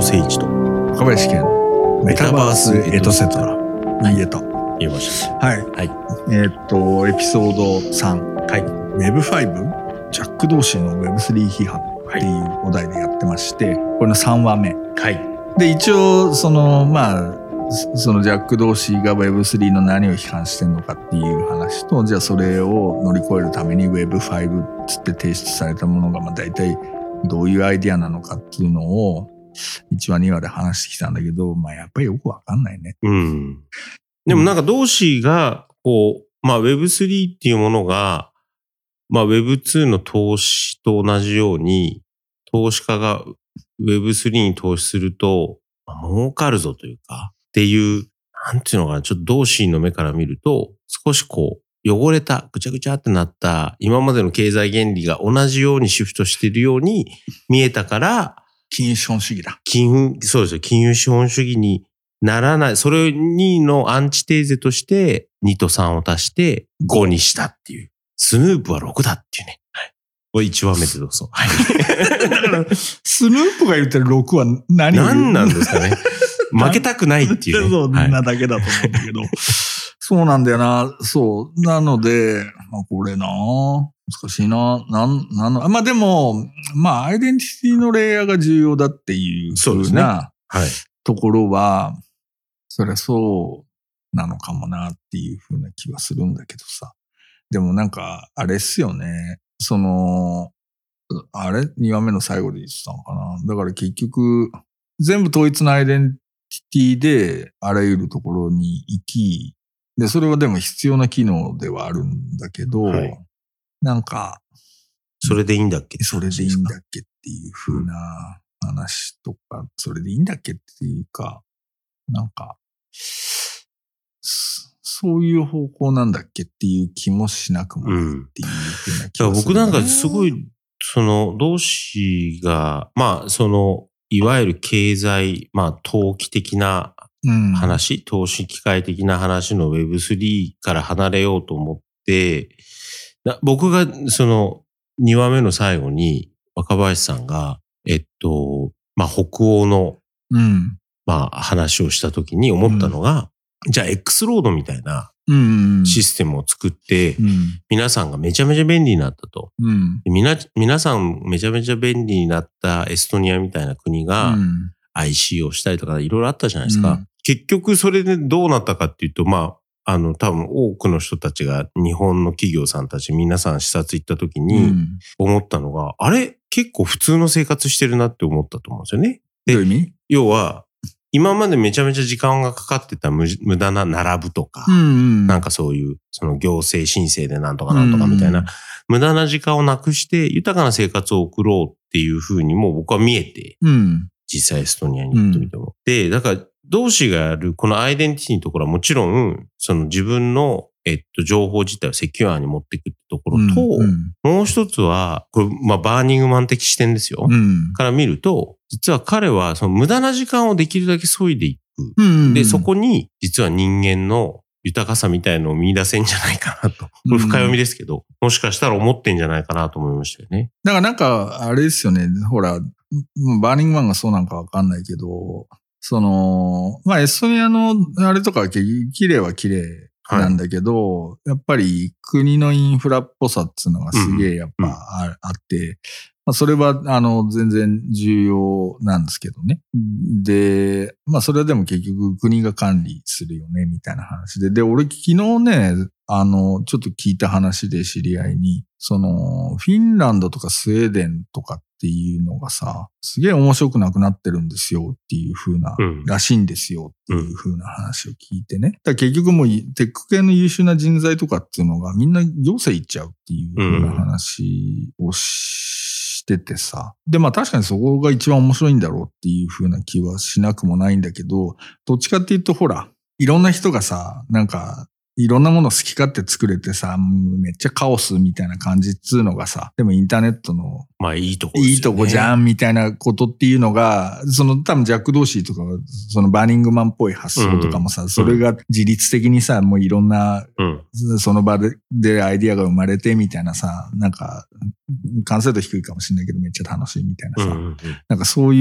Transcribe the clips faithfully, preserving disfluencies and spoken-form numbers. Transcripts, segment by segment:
誠一と若林健メタバースエトセトラ。言えた。 言えました。 はい。 はい。 えーっと、エピソードさん。 はい。 ウェブファイブ ジャック・ドーシーの ウェブスリー 批判っていうお題でやってまして、これのさんわめ。 はい。 で、一応、その、まあ、そのジャック・ドーシーが ウェブスリー の何を批判してんのかっていう話と、じゃあそれを乗り越えるために ウェブファイブ つって提出されたものが、まあ大体どういうアイディアなのかっていうのをいちわにわで話してきたんだけど、まあやっぱりよくわかんないね。 うん。でもなんかドーシーが、こう、まあ ウェブスリー っていうものが、まあ ウェブツー の投資と同じように、投資家が ウェブスリー に投資すると、まあ、儲かるぞというか、っていう、なんていうのかな、ちょっとドーシーの目から見ると、少しこう、汚れた、ぐちゃぐちゃってなった、今までの経済原理が同じようにシフトしているように見えたから、 金融資本主義だ。 金融、そうですよ、金融資本主義にならない、それにのアンチテーゼとして、にとさんを足してごにしたっていう。スヌープはろくだっていうね。はい。これいちわめでどうぞ。はい。 だから、スヌープが言ってるろくは何を言う何なんですかね。負けたくないっていう、ね。 そんなだけだと思うんだけど。はい、そうなんだよな。そう。なので、まあこれな難しいな。なん、なんの、まあでも、まあアイデンティティのレイヤーが重要だっていうふうな、はい、ところは、そりゃそうなのかもなっていうふうな気はするんだけどさ。でもなんか、あれっすよね。その、あれ ?に 話目の最後で言ってたのかな。だから結局、全部統一のアイデンティティであらゆるところに行き、で、それはでも必要な機能ではあるんだけど、はい、なんか、 それでいいんだっけそれでいいんだっけっていう風な話とか、それでいいんだっけっていうか、なんか、そういう方向なんだっけっていう気もしなくもないっていう風な気がする、ね。 うん、僕なんかすごい、その、同志が、まあ、その、いわゆる経済、まあ、投機的な話、うん、投資機械的な話の ウェブスリー から離れようと思って、僕がそのにわめの最後に若林さんが、えっと、まあ、北欧の、うん、まあ、話をしたときに思ったのが、うん、じゃあ X ロードみたいなシステムを作って、うん、皆さんがめちゃめちゃ便利になったと。うん、みな皆さんめちゃめちゃ便利になったエストニアみたいな国が アイシー をしたりとかいろいろあったじゃないですか。うん、結局それでどうなったかっていうと、まあ、あの多分多くの人たちが日本の企業さんたち皆さん視察行った時に思ったのが、うん、あれ結構普通の生活してるなって思ったと思うんですよね。で、 どういう意味？ 要は、今までめちゃめちゃ時間がかかってた無駄な並ぶとか、 うんうん、 なんかそういう、その行政申請でなんとかなんとかみたいな、うんうん、無駄な時間をなくして豊かな生活を送ろうっていう風にも僕は見えて、うん、実際エストニアに行ってみても。うん、で、だから、同志がやるこのアイデンティティのところはもちろん、その自分の、えっと、情報自体をセキュアに持っていくってところと、うんうん、もう一つは、これ、まあ、バーニングマン的視点ですよ。うん、から見ると、実は彼はその無駄な時間をできるだけ削いでいく。うんうんうん、で、そこに実は人間の豊かさみたいのを見出せんじゃないかなと。これ深読みですけど、うん、もしかしたら思ってんじゃないかなと思いましたよね。 だからなんか、あれですよね。ほら、バーニングマンがそうなんかわかんないけど、その、まあ、エストニアのあれとかは綺麗は綺麗なんだけど、はい、やっぱり国のインフラっぽさっていうのがすげえやっぱ あ,、うん、あって、まあ、それはあの全然重要なんですけどね。で、まあそれはでも結局国が管理するよねみたいな話で。で、俺昨日ね、あの、ちょっと聞いた話で知り合いに、その、フィンランドとかスウェーデンとかっていうのがさ、すげえ面白くなくなってるんですよっていう風な、うん、らしいんですよっていう風な話を聞いてね。だから結局もうテック系の優秀な人材とかっていうのがみんな行政行っちゃうっていう風な話をしててさ。で、まあ確かにそこが一番面白いんだろうっていう風な気はしなくもないんだけど、どっちかっていうとほら、いろんな人がさ、なんか、いろんなもの好き勝手作れてさ、めっちゃカオスみたいな感じっつうのがさ、でもインターネットの、 まあいいとこですよね。 いいとこじゃんみたいなことっていうのが、その多分ジャック・ドーシーとか、そのバーニングマンっぽい発想とかもさ、うん、それが自律的にさ、もういろんな、うん、その場ででアイディアが生まれてみたいなさ、なんか、完成度低いかもしれないけどめっちゃ楽しいみたいなさ、うんうんうん、なんかそういう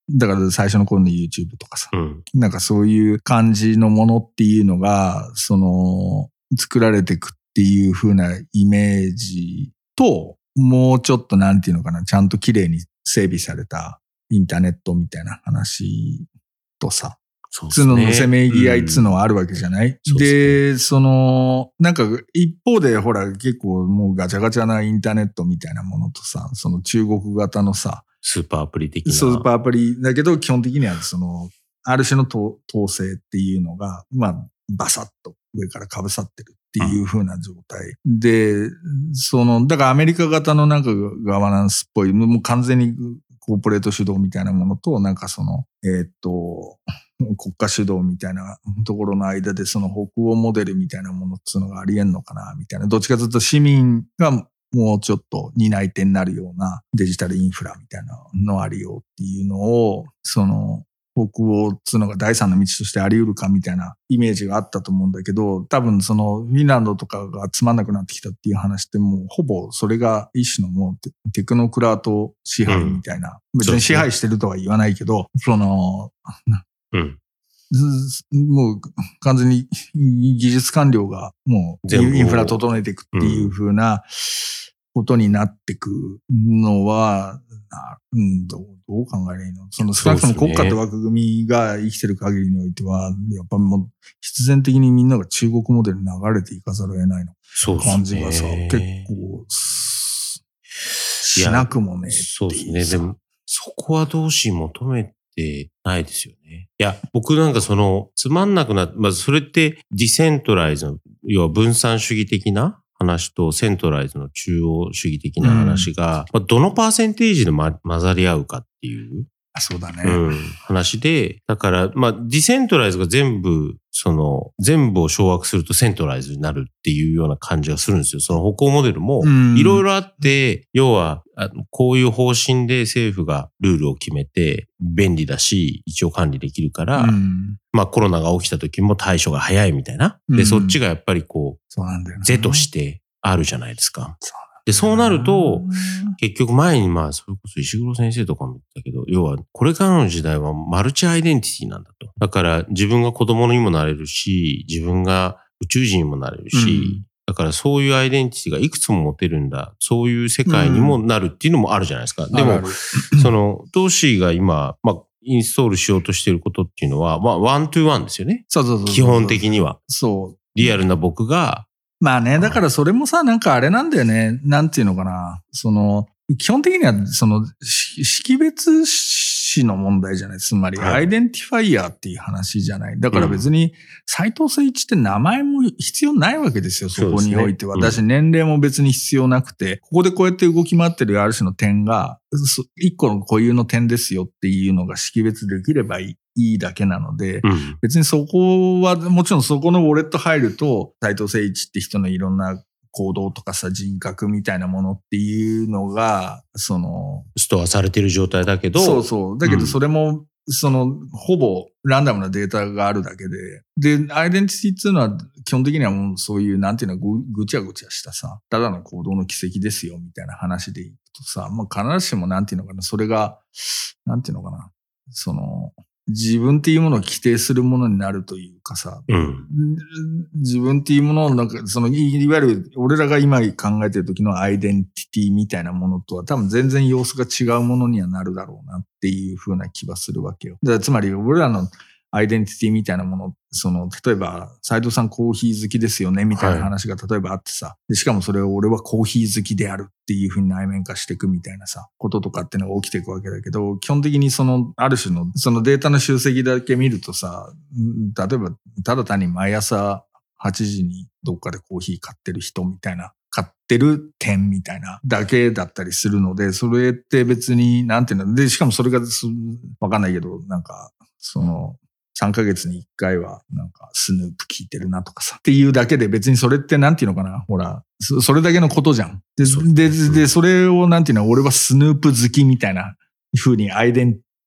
だから最初の頃の YouTube とかさ、 うん、 なんかそういう感じのものっていうのが、その、作られていくっていう風なイメージと、もうちょっとなんていうのかな、ちゃんと綺麗に整備されたインターネットみたいな話とさ、 そうですね、 つののせめぎ合いつのはあるわけじゃない、うん、で、で、その、なんか一方でほら結構もうガチャガチャなインターネットみたいなものとさ、その中国型のさ、 スーパーアプリ的な。 スーパーアプリだけど基本的にはその、ある種の統制っていうのが、まあ、バサッと上から被さってるっていう風な状態。うん、で、その、だからアメリカ型のなんかガバナンスっぽい、もう完全にコーポレート主導みたいなものと、なんかその、えー、っと、国家主導みたいなところの間でその北欧モデルみたいなものっていうのがありえんのかなみたいな。どっちかというと市民がもうちょっと担い手になるようなデジタルインフラみたいなのありようっていうのを、その北欧っていうのが第三の道としてあり得るかみたいなイメージがあったと思うんだけど、多分そのフィンランドとかがつまんなくなってきたっていう話ってもうほぼそれが一種のもうテクノクラート支配みたいな、うん、別に支配してるとは言わないけど、その、 うん、 もう完全に技術官僚がもうインフラ整えていくっていう風なことになっていくのは、うん、どう、どう考えればいいの？その少なくとも国家って枠組みが生きてる限りにおいては、やっぱもう必然的にみんなが中国モデルに流れていかざるを得ないの感じがさ、結構しなくもねえっていう。 そうですね。でもそこは同志求めてないですよね。いや、僕なんかそのつまんなくなって、まずそれってディセントライズの、要は分散主義的な話とセントライズの中央主義的な話が、うん、まあ、どのパーセンテージで、ま、混ざり合うかっていう。 あ、そうだね。 うん。話で、だから、まあ、ディセントライズが全部、その、全部を掌握するとセントライズになるっていうような感じがするんですよ。その北欧モデルも、いろいろあって、うん、要はあの、こういう方針で政府がルールを決めて、便利だし、一応管理できるから、うん、まあコロナが起きた時も対処が早いみたいな。で、うん、そっちがやっぱりこう、 そうなんだよね。 是としてあるじゃないですか。で、そうなると、結局前にまあ、それこそ石黒先生とかも言ったけど、要は、これからの時代はマルチアイデンティティなんだと。だから、自分が子供にもなれるし、自分が宇宙人にもなれるし、うん、だからそういうアイデンティティがいくつも持てるんだ。そういう世界にもなるっていうのもあるじゃないですか。うん、でも、その、トーシーが今、まあ、インストールしようとしていることっていうのは、まあ、ワントゥーワンですよね。 そうそうそうそう。 基本的には。 そう。 リアルな僕が、 まあね、だからそれもさ、なんかあれなんだよね。なんていうのかな。その、基本的には、その、識別子の問題じゃない。つまり、アイデンティファイヤーっていう話じゃない。だから別に、斉藤誠一って名前も必要ないわけですよ、そこにおいては。私、年齢も別に必要なくて、ここでこうやって動き回ってるある種の点が、一個の固有の点ですよっていうのが識別できればいい。いいだけなので、うん、別にそこは、もちろんそこのウォレット入ると、斉藤誠一って人のいろんな行動とかさ、人格みたいなものっていうのが、その、 ストアされてる状態だけど。 そうそう。だけどそれも、うん、その、ほぼランダムなデータがあるだけで、で、アイデンティティっていうのは基本的にはもうそういう、なんていうの、ぐ、ぐちゃぐちゃしたさ、ただの行動の奇跡ですよ、みたいな話でいくとさ、まあ必ずしもなんていうのかな、それが、なんていうのかな、その、自分っていうものを規定するものになるというかさ、うん、自分っていうものをなんか、その、いわゆる俺らが今考えてる時のアイデンティティみたいなものとは多分全然様子が違うものにはなるだろうなっていう風な気はするわけよ。だからつまり俺らのアイデンティティみたいなもの、その、例えば、斉藤さんコーヒー好きですよね、みたいな話が例えばあってさ、はい、でしかもそれを俺はコーヒー好きであるっていう風に内面化していくみたいなさ、こととかっていうのが起きていくわけだけど、基本的にその、ある種の、そのデータの集積だけ見るとさ、例えば、ただ単に毎朝はちじにどっかでコーヒー買ってる人みたいな、買ってる点みたいなだけだったりするので、それって別に、なんていうの、で、しかもそれが、わかんないけど、なんか、その、さんかげつにいっかいはなんかスヌープ聞いてるなとかさっていうだけで別にそれってなんていうのかな、ほら、そ, それだけのことじゃん。で、で、で、それをなんていうの、俺はスヌープ好きみたいな風にアイデン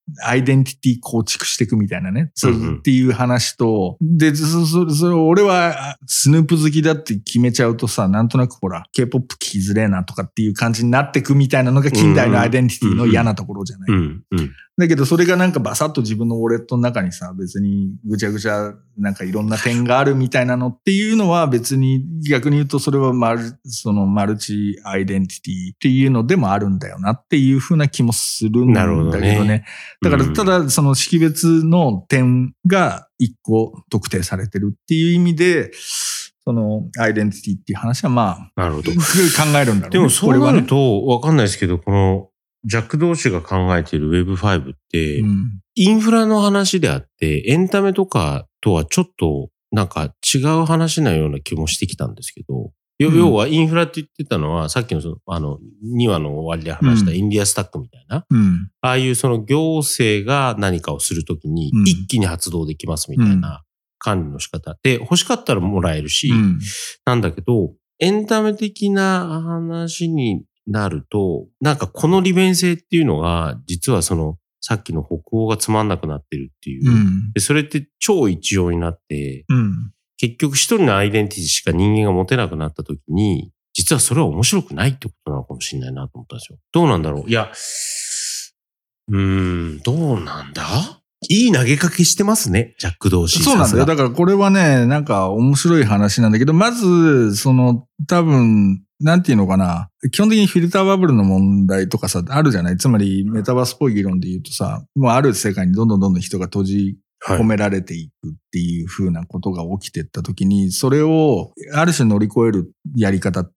アイデンティティ構築していくみたいなね。そう、うんうん、っていう話と、で、そ、そ、それ、俺はスヌープ好きだって決めちゃうとさ、なんとなくほら、K-ポップ 聴きづれえなとかっていう感じになっていくみたいなのが近代のアイデンティティの嫌なところじゃない。 うんうん、 だけどそれがなんかバサッと自分のウォレットの中にさ、別にぐちゃぐちゃなんかいろんな点があるみたいなのっていうのは別に逆に言うとそれはマル、そのマルチアイデンティティっていうのでもあるんだよなっていうふうな気もするんだけどね。なるほどね。だからただその識別の点が一個特定されてるっていう意味で、そのアイデンティティっていう話はまあ、 なるほど。 考えるんだろうね。 でもそうなるとわかんないですけど、このジャック同士が考えている ウェブファイブ って、うん、インフラの話であって、エンタメとかとはちょっとなんか違う話なような気もしてきたんですけど、うん、要はインフラって言ってたのは、さっきのその、あの、にわの終わりで話したインディアスタックみたいな、うん、ああいうその行政が何かをするときに一気に発動できますみたいな管理の仕方で、欲しかったらもらえるし、うん、なんだけど、エンタメ的な話になると、なんかこの利便性っていうのが、実はその、さっきの北欧がつまんなくなってるっていう。うん、でそれって超一様になって、うん、結局一人のアイデンティティしか人間が持てなくなった時に、実はそれは面白くないってことなのかもしれないなと思ったんですよ。どうなんだろういや、うーん、どうなんだいい投げかけしてますね、ジャック同士。 そうなんだよ。だからこれはね、なんか面白い話なんだけど、まず、その、多分、なんていうのかな。基本的にフィルターバブルの問題とかさ、あるじゃない。つまり、メタバースっぽい議論で言うとさ、もうある世界にどんどんどんどん人が閉じ込められていくっていう風なことが起きていったときに、それをある種乗り越えるやり方って、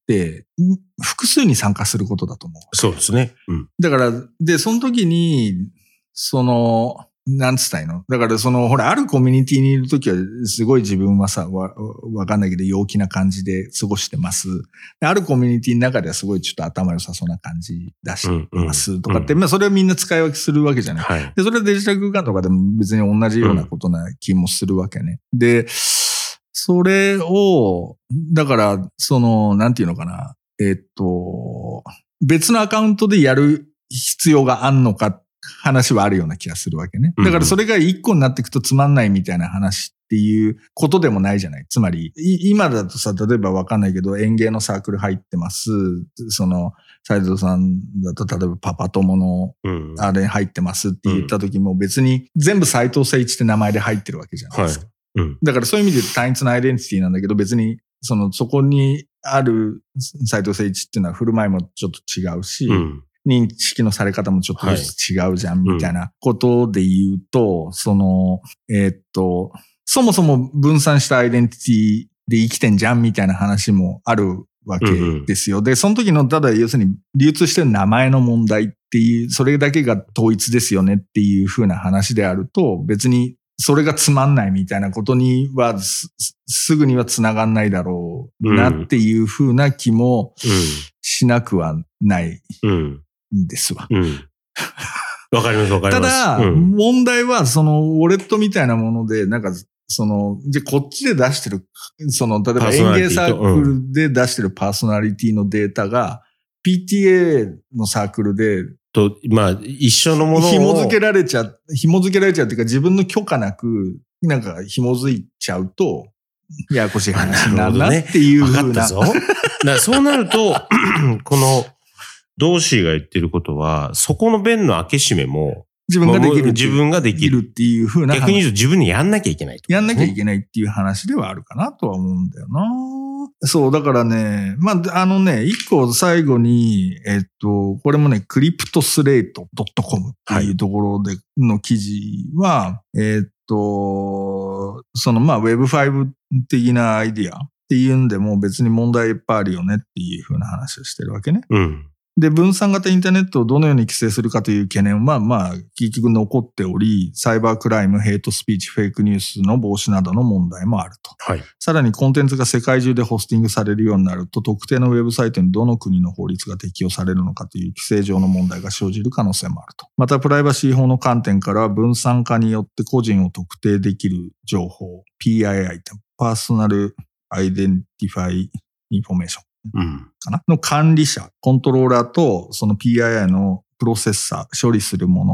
複数に参加することだと思う。 そうですね。 うん。だから、で、その時に、その、なんつったいのだからその、ほら、あるコミュニティにいるときは、すごい自分はさ、わ、わかんないけど、陽気な感じで過ごしてます。あるコミュニティの中ではすごいちょっと頭良さそうな感じ出してますとかって、うんうん、まあそれはみんな使い分けするわけじゃない。はい、で、それはデジタル空間とかでも別に同じようなことな気もするわけね。うん、で、それを、だから、その、なんていうのかな。えっと、別のアカウントでやる必要があんのか話はあるような気がするわけね。だからそれが一個になっていくとつまんないみたいな話っていうことでもないじゃない。つまり、今だとさ、例えばわかんないけど、園芸のサークル入ってます。その、斉藤さんだと例えばパパ友のあれ入ってますって言った時も別に全部斉藤誠一って名前で入ってるわけじゃないですか。はいうん、だからそういう意味で単一のアイデンティティなんだけど、別にその、そこにある斉藤誠一っていうのは振る舞いもちょっと違うし、うん認識のされ方もちょっとずつ違うじゃん、みたいなことで言うと、はいうん、その、えー、っと、そもそも分散したアイデンティティで生きてんじゃん、みたいな話もあるわけですよ。うんうん、で、その時の、ただ要するに流通してる名前の問題っていう、それだけが統一ですよねっていう風な話であると、別にそれがつまんないみたいなことには す, すぐにはつながんないだろうなっていう風な気もしなくはない。うんうんですわ。 うん。わかります、わかります。 ただ、うん、問題は、その、ウォレットみたいなもので、なんか、その、じゃ、こっちで出してる、その、例えば園芸サークルで出してるパーソナリティのデータが、ピーティーエー のサークルで、 と、まあ、一緒のものを。 紐付けられちゃ、紐付けられちゃうっていうか、自分の許可なく、なんか、紐付いちゃうと、ややこしい話になるなっていうふうな。 分かったぞ。だからそうなると、この、ドーシーが言ってることは、そこの弁の開け閉めも、 自分ができる。 自分ができるっていう風な。 逆に言うと自分にやんなきゃいけない、ね。 やんなきゃいけないっていう話ではあるかなとは思うんだよな。そう、だからね、まあ、あのね、一個最後に、えっと、これもね、クリプトスレート .com っていうところでの記事は、はい、えっと、そのまあ ウェブファイブ 的なアイディアっていうんでも別に問題いっぱいあるよねっていう風な話をしてるわけね。うん。で、分散型インターネットをどのように規制するかという懸念は、まあ、結局残っており、サイバークライム、ヘイトスピーチ、フェイクニュースの防止などの問題もあると。はい。さらにコンテンツが世界中でホスティングされるようになると、特定のウェブサイトにどの国の法律が適用されるのかという規制上の問題が生じる可能性もあると。また、プライバシー法の観点からは、分散化によって個人を特定できる情報、ピーアイアイ、パーソナルアイデンティファイインフォメーション。うん、かなの管理者、コントローラーとその ピーアイアイ のプロセッサー、処理するもの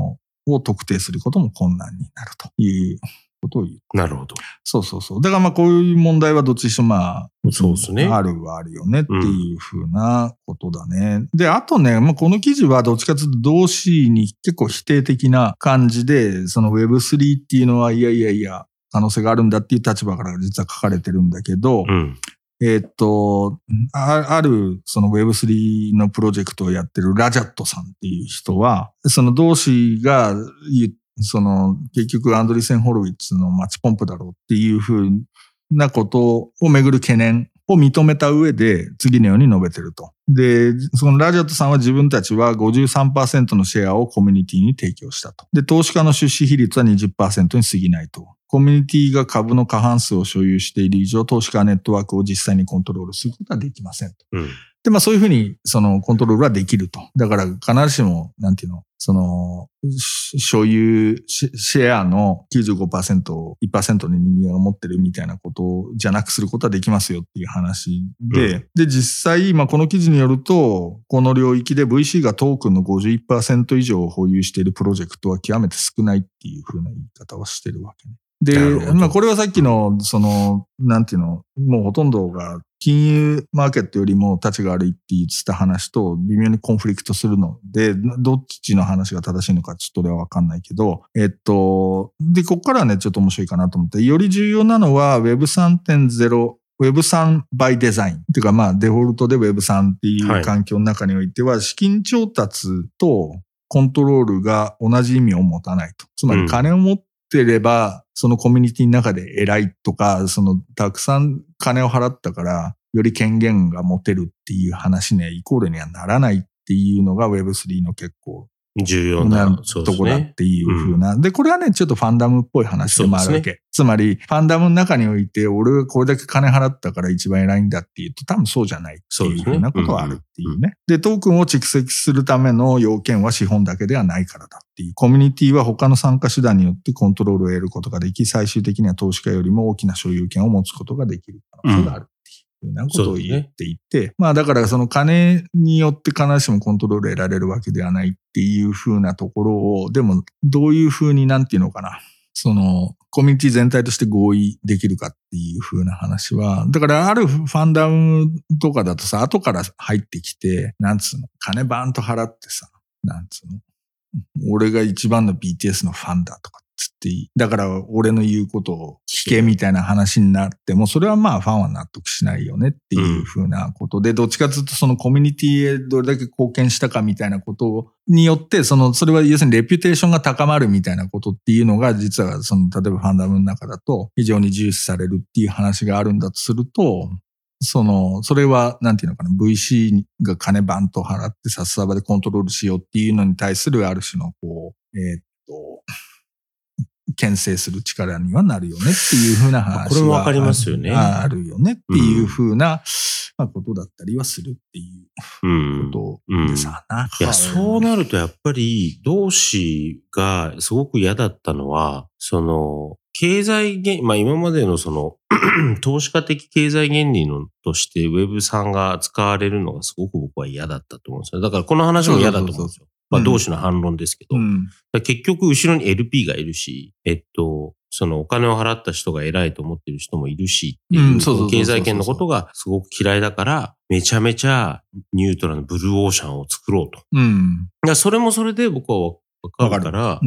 を特定することも困難になるということを言う。 なるほど。 そうそうそう。だからまあこういう問題はどっちにしてもまあ、 そうですね。 あるはあるよねっていうふうなことだね。うん、で、あとね、まあ、この記事はどっちかというと動詞に結構否定的な感じで、その ウェブスリー っていうのはいやいやいや、可能性があるんだっていう立場から実は書かれてるんだけど、うん、えー、っと、あ、あるその ウェブスリー のプロジェクトをやってるラジャットさんっていう人は、その動詞が言ってその、結局アンドリーセン・ホロウィッツのマッチポンプだろうっていうふうなことをめぐる懸念を認めた上で次のように述べてると。で、そのラジャットさんは自分たちは ごじゅうさんパーセント のシェアをコミュニティに提供したと。で、投資家の出資比率は にじゅっパーセント に過ぎないと。コミュニティが株の過半数を所有している以上、投資家ネットワークを実際にコントロールすることはできませんと。うんで、まあそういうふうに、そのコントロールはできると。だから必ずしも、なんていうの、その、所有、シェアの きゅうじゅうごパーセント を いちパーセント に人間が持ってるみたいなことじゃなくすることはできますよっていう話で、うん、で、実際、まあこの記事によると、この領域で ブイシー がトークンの ごじゅういちパーセント 以上を保有しているプロジェクトは極めて少ないっていうふうな言い方をしてるわけね。で、まあこれはさっきの、その、なんていうの、もうほとんどが金融マーケットよりも立ちが悪いって言ってた話と微妙にコンフリクトするので、どっちの話が正しいのかちょっと俺はわかんないけど、えっと、で、こっからはね、ちょっと面白いかなと思って、より重要なのは ウェブさんてんゼロ、ウェブスリー by design っていうかまあデフォルトで ウェブスリー っていう環境の中においては資金調達とコントロールが同じ意味を持たないと。つまり金を持ってれば、そのコミュニティの中で偉いとか、そのたくさん金を払ったからより権限が持てるっていう話ね、イコールにはならないっていうのが ウェブスリー の結構重要なとこだっていう風な。で、ねうん、で、これはね、ちょっとファンダムっぽい話でもあるわけ。ね、つまり、ファンダムの中において、俺がこれだけ金払ったから一番偉いんだっていうと、多分そうじゃないっていう風なことはあるっていうね。で、トークンを蓄積するための要件は資本だけではないからだっていう。コミュニティは他の参加手段によってコントロールを得ることができ、最終的には投資家よりも大きな所有権を持つことができる可能性がある。うんいうなことを言っていて、ね、まあだからその金によって必ずしもコントロール得られるわけではないっていう風なところを、でもどういう風になんていうのかな、そのコミュニティ全体として合意できるかっていう風な話は、だからあるファンダムとかだとさ、後から入ってきて、なんつうの、金バーンと払ってさ、なんつうの、俺が一番の ビーティーエス のファンだとか。つっていい。だから俺の言うことを聞けみたいな話になっても、それはまあファンは納得しないよねっていうふうなことで、どっちかというとそのコミュニティへどれだけ貢献したかみたいなことによって、その、それは要するにレピュテーションが高まるみたいなことっていうのが、実はその、例えばファンダムの中だと非常に重視されるっていう話があるんだとすると、その、それは、なんていうのかな、ブイシー が金バンと払って札束でコントロールしようっていうのに対するある種のこう、えー、っと、牽制する力にはなるよねっていうふうな話は。 これもわかりますよね。 あるよねっていうふうな、まあ、ことだったりはするっていうことでさ、 うんうん、いや、そうなるとやっぱり、同志がすごく嫌だったのは、その、経済原、まあ今までのその、投資家的経済原理のとして ウェブスリー が使われるのがすごく僕は嫌だったと思うんですよ。だからこの話も嫌だと思うんですよ。まあ同志の反論ですけど、うん、結局後ろに エルピー がいるし、えっと、そのお金を払った人が偉いと思ってる人もいるしっていう、経済圏のことがすごく嫌いだから、めちゃめちゃニュートラルなブルーオーシャンを作ろうと。うん、いやそれもそれで僕はわかるから、うん、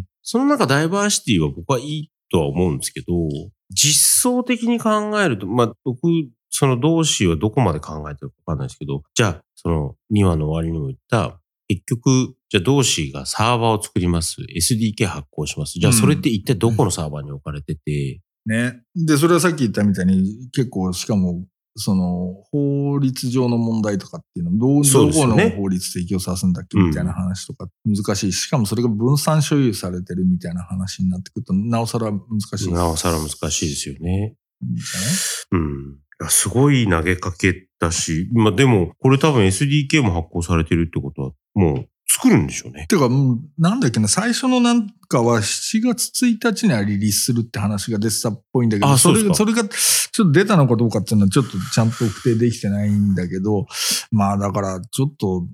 その中ダイバーシティは僕はいいとは思うんですけど、実装的に考えると、まあ僕、その同志はどこまで考えてるかわかんないですけど、じゃあ、そのにわの終わりにも言った、結局、じゃあ同志がサーバーを作ります。エスディーケー 発行します。じゃあそれって一体どこのサーバーに置かれてて、 うん、ね。で、それはさっき言ったみたいに結構しかも、その法律上の問題とかっていうのどう、どこの法律適用さすんだっけみたいな話とか難しい。しかもそれが分散所有されてるみたいな話になってくると、なおさら難しい。 なおさら難しいですよね。うん。すごい投げかけだし、まあでも、これ多分 エスディーケー も発行されてるってことは、もう作るんでしょうね。 てか、もう、なんだっけな、最初のなんかはしちがつついたちにはリリースするって話が出てたっぽいんだけど、 ああそれが、それがちょっと出たのかどうかっていうのはちょっとちゃんと特定できてないんだけど、まあだからちょっと、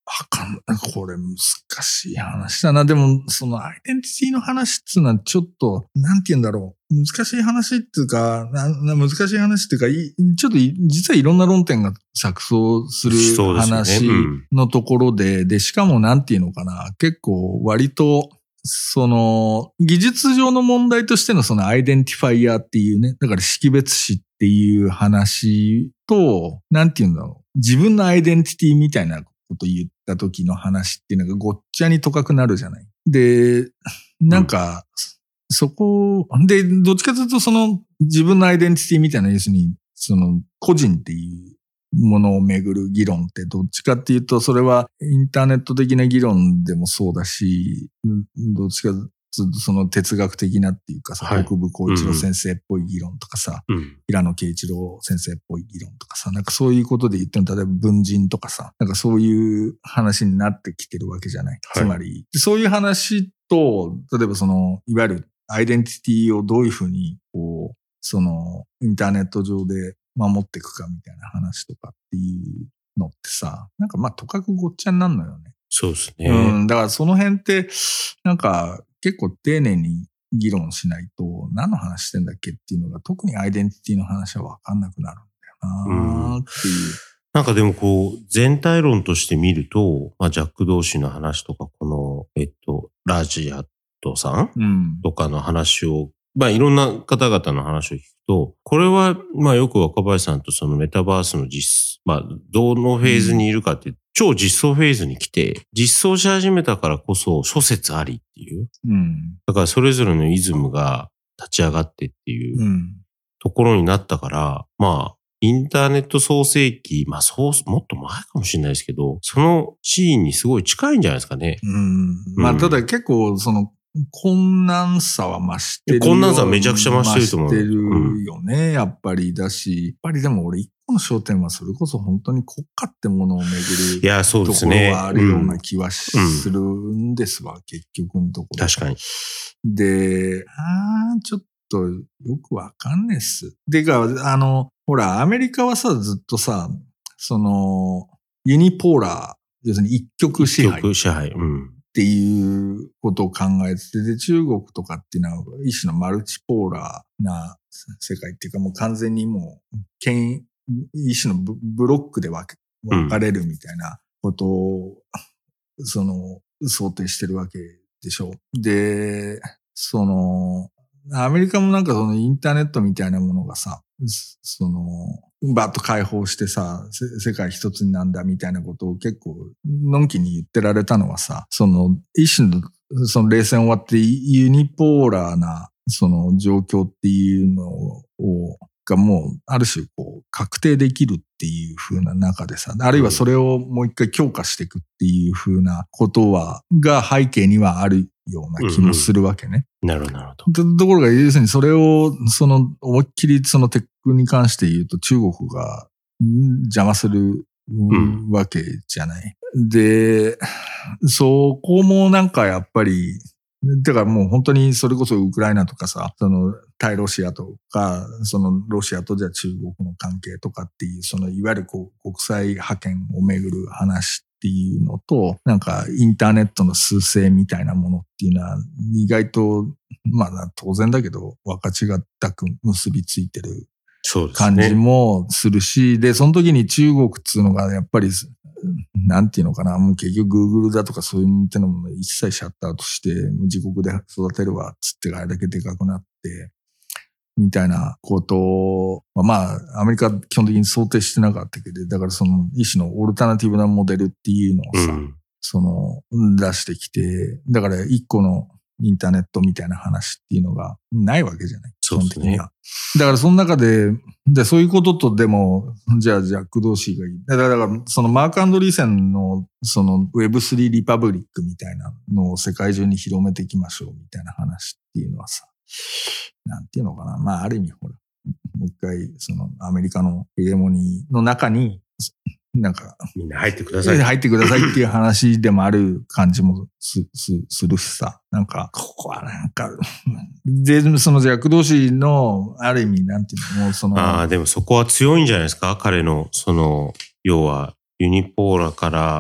かんない。これ難しい話だな。でも、そのアイデンティティの話っていうのはちょっと、なんて言うんだろう。難しい話っていうか、なな難しい話っていうか、いちょっと実はいろんな論点が錯綜する話のところで、で、ねうん、で、しかもなんていうのかな。結構割と、その、技術上の問題としてのそのアイデンティファイヤーっていうね、だから識別詞っていう話と、なんて言うんだろう。自分のアイデンティティみたいなこと言った時の話っていうのがごっちゃにとかくなるじゃない。で、なんか、うん、そこ、で、どっちかというとその自分のアイデンティティみたいな、要するに、その個人っていうものをめぐる議論ってどっちかっていうと、それはインターネット的な議論でもそうだし、どっちかずっとその哲学的なっていうかさ、はい、国分光一郎先生っぽい議論とかさ、うん、平野啓一郎先生っぽい議論とかさ、なんかそういうことで言っても、例えば文人とかさ、なんかそういう話になってきてるわけじゃない。はい、つまり、そういう話と、例えばその、いわゆるアイデンティティをどういうふうに、こう、その、インターネット上で守っていくかみたいな話とかっていうのってさ、なんかまあ、とかくごっちゃになるのよね。 そうですね。 うん、だからその辺って、なんか、結構丁寧に議論しないと何の話してんだっけっていうのが特にアイデンティティの話は分かんなくなるんだよなっていう、うん。 なんかでもこう全体論として見ると、まあ、ジャック・ドーシーの話とかこの、えっと、ラジアットさんとかの話を、うん、まあいろんな方々の話を聞くと、これはまあよく若林さんとそのメタバースの実、まあどのフェーズにいるかって、うん超実装フェーズに来て、実装し始めたからこそ諸説ありっていう。うん、だからそれぞれのイズムが立ち上がってっていうところになったから、まあ、インターネット創世記、まあそう、もっと前かもしれないですけど、そのシーンにすごい近いんじゃないですかね。 うん。まあ、ただ結構その、困難さは増してるよ。 困難さはめちゃくちゃ増してると思う。 増してるよね、うん、やっぱりだし。やっぱりでも俺一個の焦点はそれこそ本当に国家ってものをめぐるいやそうですねところはあるような気はするんですわ、うん、結局のところ。 確かに。 で、あーちょっとよくわかんねえっす。でか、あの、ほら、アメリカはさ、ずっとさ、その、ユニポーラー、要するに一極支配。 一極支配。うん。 っていうことを考えてて、で、中国とかっていうのは一種のマルチポーラーな世界っていうかもう完全にもう、権一種のブロックで分かれるみたいなことを、うん、その、想定してるわけでしょ。で、その、アメリカもなんかそのインターネットみたいなものがさ、その、バッと解放してさ、世界一つになんだみたいなことを結構、のんきに言ってられたのはさ、その、一種の、その冷戦終わってユニポーラーな、その状況っていうのを、がもう、ある種こう、確定できるっていう風な中でさ、あるいはそれをもう一回強化していくっていう風なことは、が背景にはあるような気もするわけね。 うんうん、なるほど、なるほど。 ところが、要するにそれを、その、思いっきりそのテックに関して言うと中国が邪魔するわけじゃない。うん、で、そこもなんかやっぱり、だからもう本当にそれこそウクライナとかさ、その対ロシアとか、そのロシアとじゃあ中国の関係とかっていう、そのいわゆるこう国際覇権をめぐる話っていうのと、なんかインターネットの趨勢みたいなものっていうのは意外と、まあ当然だけど分かちがたく結びついてる感じもするし、で、その時に中国っていうのがやっぱり、なんていうのかな、もう結局 Google だとかそういうってのも一切シャットアウトして、自国で育てるわ、つってあれだけでかくなって、みたいなことを、まあ、アメリカは基本的に想定してなかったけど、だからその一種のオルタナティブなモデルっていうのをさ、うん、その、出してきて、だから一個のインターネットみたいな話っていうのがないわけじゃない。基本的には。だからその中で、で、そういうこととでも、じゃあジャック・ドーシーがいい。だから、そのマーク・アンドリーセンの、その ウェブスリー リパブリックみたいなのを世界中に広めていきましょうみたいな話っていうのはさ、なんていうのかな。まあ、ある意味、ほら、もう一回、そのアメリカのヘゲモニーの中に、なんか、 みんな入ってください。 入ってくださいっていう話でもある感じもす、す、するしさ。なんか、ここはなんか、で、そのジャック・ドーシーの、ある意味、なんていうの、もうその。 ああ、でもそこは強いんじゃないですか彼の、その、要は、ユニポーラから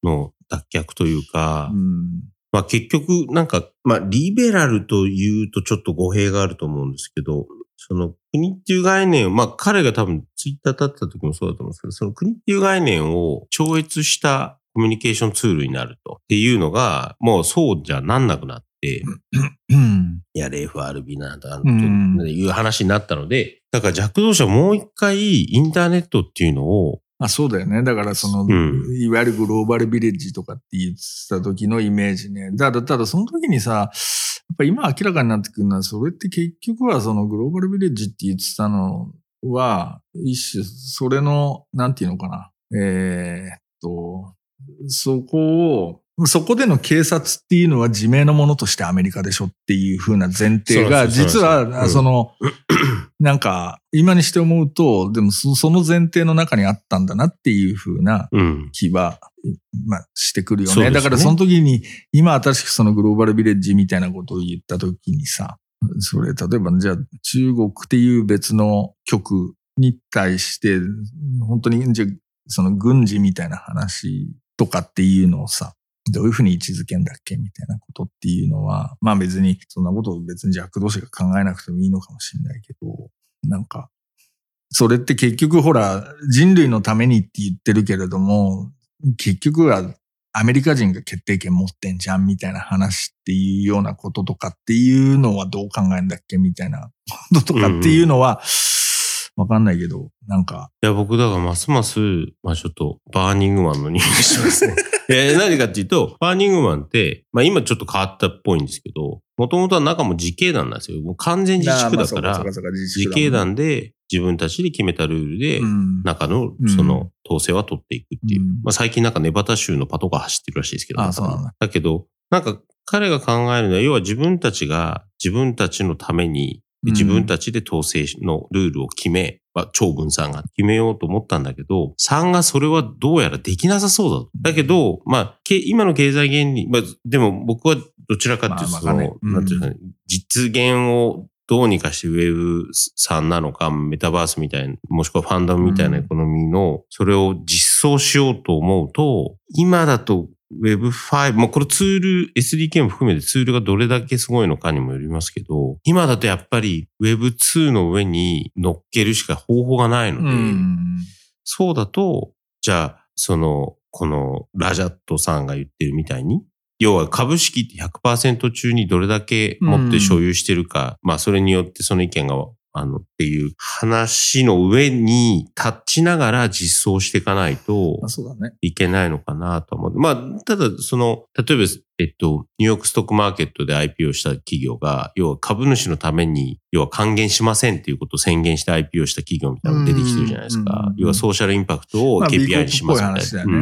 の脱却というか、 うん、 まあ結局なんか、まあリベラルというとちょっと語弊があると思うんですけど、その国っていう概念を、まあ彼が多分ツイッター立った時もそうだと思うんですけど、その国っていう概念を超越したコミュニケーションツールになるとっていうのが、もうそうじゃなんなくなって、うん、いや、エフアールビー なんだという話になったので、だからジャック同士はもう一回インターネットっていうのを、 あ、そうだよね。だからその、うん、いわゆるグローバルビレッジとかって言ってた時のイメージね。だだただその時にさ、やっぱ今明らかになってくるのは、それって結局はそのグローバルビレッジって言ってたのは、一種、それの、なんていうのかな。えー、っと、そこを、そこでの警察っていうのは自明のものとしてアメリカでしょっていう風な前提が、実は、その、なんか、今にして思うと、でもその前提の中にあったんだなっていう風な気は、まあ、してくるよね。だからその時に、今新しくそのグローバルビレッジみたいなことを言った時にさ、それ、例えば、じゃあ中国っていう別の局に対して、本当に、じゃあその軍事みたいな話とかっていうのをさ、どういうふうに位置づけんだっけみたいなことっていうのは、まあ別に、そんなことを別にジャック同士が考えなくてもいいのかもしれないけど、なんか、それって結局ほら、人類のためにって言ってるけれども、結局はアメリカ人が決定権持ってんじゃんみたいな話っていうようなこととかっていうのはどう考えんだっけみたいなこととかっていうのは、わかんないけど、なんか。 いや、僕だからますます、まあちょっと、バーニングマンの匂いがしますね。えー、何かっていうと、バーニングマンって、まあ今ちょっと変わったっぽいんですけど、もともとは中も自警団なんですよ。もう完全自治区だから、自警団で自分たちで決めたルールで、中のその統制は取っていくっていう。うん、まあ最近なんかネバダ州のパトカー走ってるらしいですけど、 ああそうなんだ。 だけど、なんか彼が考えるのは、要は自分たちが自分たちのために、自分たちで統制のルールを決め、まあ、長文さんが決めようと思ったんだけど、さんがそれはどうやらできなさそうだと。だけど、まあ、今の経済原理、まあ、でも僕はどちらかっていうと、その、なんていうかね、実現をどうにかして ウェブさん なのか、メタバースみたいな、もしくはファンダムみたいなエコノミーの、それを実装しようと思うと、今だと、ウェブファイブ、まあこれツール、エスディーケー も含めてツールがどれだけすごいのかにもよりますけど、今だとやっぱり ウェブツー の上に乗っけるしか方法がないので、うん、そうだと、じゃあ、その、このラジャットさんが言ってるみたいに、要は株式って ひゃくパーセント 中にどれだけ持って所有してるか、うん、まあそれによってその意見があの、っていう話の上に立ちながら実装していかないといけないのかなと思う。まあ、ただ、その、例えば、えっと、ニューヨークストックマーケットで アイピーオー した企業が、要は株主のために、要は還元しませんっていうことを宣言して アイピーオー した企業みたいなのが出てきてるじゃないですか。要はソーシャルインパクトを ケーピーアイ にしますみたいな。うん。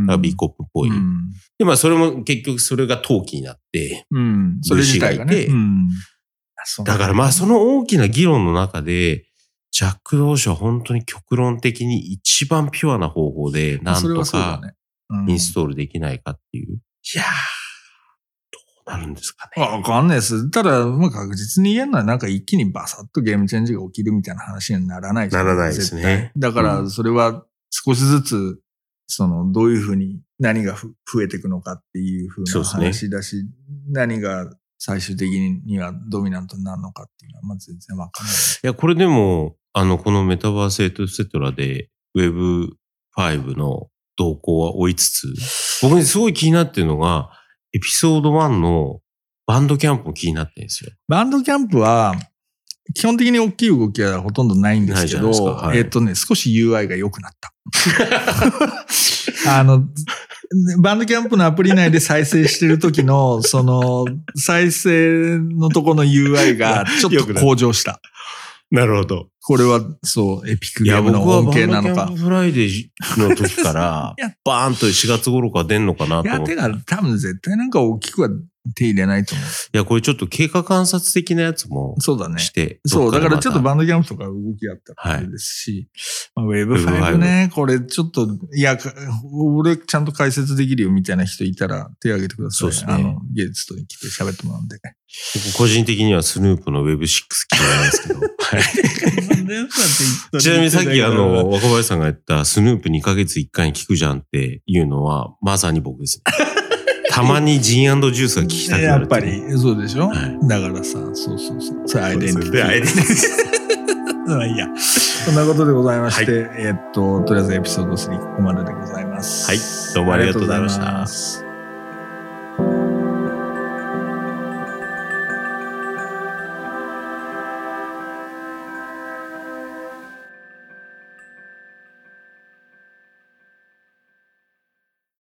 だから B コップっぽい。うん、で、まあ、それも結局それが投機になって、うん。それ自体がね。うんだからまあその大きな議論の中で、ジャック同士は本当に極論的に一番ピュアな方法でなんとかインストールできないかっていう。いやー、どうなるんですかね。 わかんないです。ただ、まあ確実に言えるのはなんか一気にバサッとゲームチェンジが起きるみたいな話にならないですね。 ならないですね。 だからそれは少しずつ、そのどういうふうに何が増えていくのかっていうふうな話だし、ね、何が最終的にはドミナントになるのかっていうのは、まあ全然わかんない。いや、これでも、あの、このメタバースエトセトラで ウェブファイブ の動向は追いつつ、僕にすごい気になってるのが、エピソードワンのバンドキャンプも気になってるんですよ。 バンドキャンプは、基本的に大きい動きはほとんどないんですけど、はい、えっとね、少し ユーアイ が良くなった。あの、バンドキャンプのアプリ内で再生してる時の、その、再生のとこの ユーアイ がちょっと向上した。 なるほど。 これは、そう、エピックゲームの恩恵なのか。いや、僕はバンドキャンプフライデーの時から、バーンとしがつ頃から出んのかなと思って。 いや、てか、多分絶対なんか大きくは手入れないと思う。 いや、これちょっと経過観察的なやつもそうだね。 して。 そう、だからちょっとバンドキャンプとか動きあったらですし、はい、まあ、ウェブファイブ ね、これちょっと、いや、俺ちゃんと解説できるよみたいな人いたら手挙げてください。そうですね。あの、ゲストに来て喋ってもらうんで。 個人的にはスヌープの ウェブシックス 気になりますけど。はい、ちなみにさっきあの、若林さんが言ったスヌープにかげついっかいに聞くじゃんっていうのは、まさに僕ですね。たまにジン&ジュースが聞きたくなる。 やっぱり、そうでしょ、はい、だからさ、そうそうそう。それアイデンティティ。アイデンティティ。まあいいや。そんなことでございまして、はい、えっと、とりあえずエピソードスリーここまででございます。 はい。どうもありがとうございました。